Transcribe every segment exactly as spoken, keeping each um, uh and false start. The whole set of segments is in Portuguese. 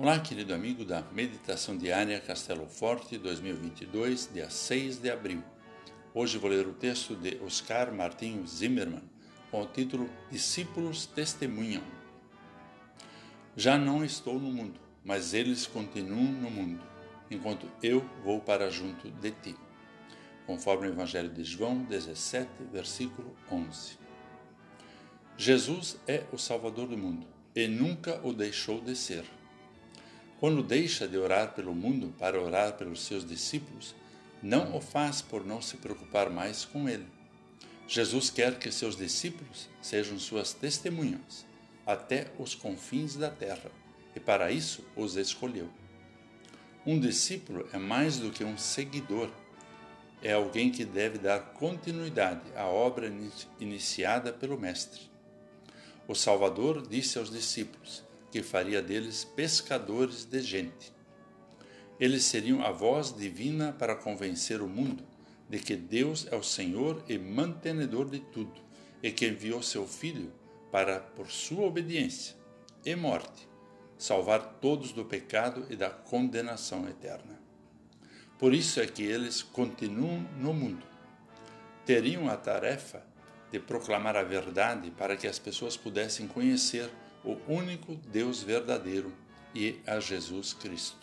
Olá, querido amigo da Meditação Diária Castelo Forte dois mil e vinte e dois, dia seis de abril. Hoje vou ler o texto de Oscar Martinho Zimmermann com o título Discípulos Testemunham. Já não estou no mundo, mas eles continuam no mundo, enquanto eu vou para junto de ti. Conforme o Evangelho de João dezessete, versículo onze. Jesus é o Salvador do mundo e nunca o deixou de ser. Quando deixa de orar pelo mundo para orar pelos seus discípulos, não o faz por não se preocupar mais com ele. Jesus quer que seus discípulos sejam suas testemunhas até os confins da terra, e para isso os escolheu. Um discípulo é mais do que um seguidor, é alguém que deve dar continuidade à obra iniciada pelo Mestre. O Salvador disse aos discípulos que faria deles pescadores de gente. Eles seriam a voz divina para convencer o mundo de que Deus é o Senhor e mantenedor de tudo, e que enviou seu Filho para, por sua obediência e morte, salvar todos do pecado e da condenação eterna. Por isso é que eles continuam no mundo. Teriam a tarefa de proclamar a verdade para que as pessoas pudessem conhecer o único Deus verdadeiro e a Jesus Cristo.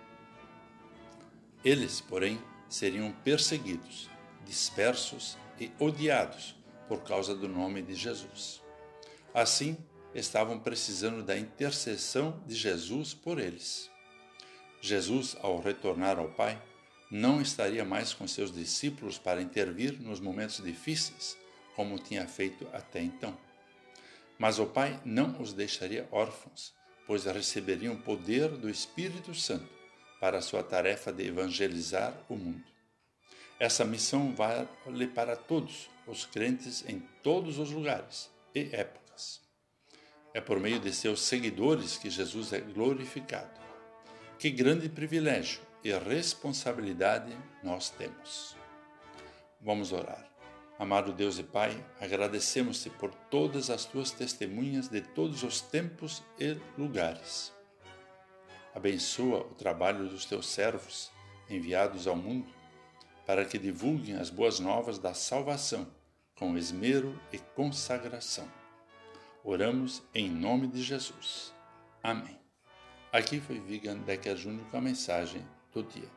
Eles, porém, seriam perseguidos, dispersos e odiados por causa do nome de Jesus. Assim, estavam precisando da intercessão de Jesus por eles. Jesus, ao retornar ao Pai, não estaria mais com seus discípulos para intervir nos momentos difíceis, como tinha feito até então. Mas o Pai não os deixaria órfãos, pois receberiam o poder do Espírito Santo para a sua tarefa de evangelizar o mundo. Essa missão vale para todos os crentes em todos os lugares e épocas. É por meio de seus seguidores que Jesus é glorificado. Que grande privilégio e responsabilidade nós temos. Vamos orar. Amado Deus e Pai, agradecemos-te por todas as tuas testemunhas de todos os tempos e lugares. Abençoa o trabalho dos teus servos enviados ao mundo, para que divulguem as boas novas da salvação com esmero e consagração. Oramos em nome de Jesus. Amém. Aqui foi Vigan Decker Júnior com a mensagem do dia.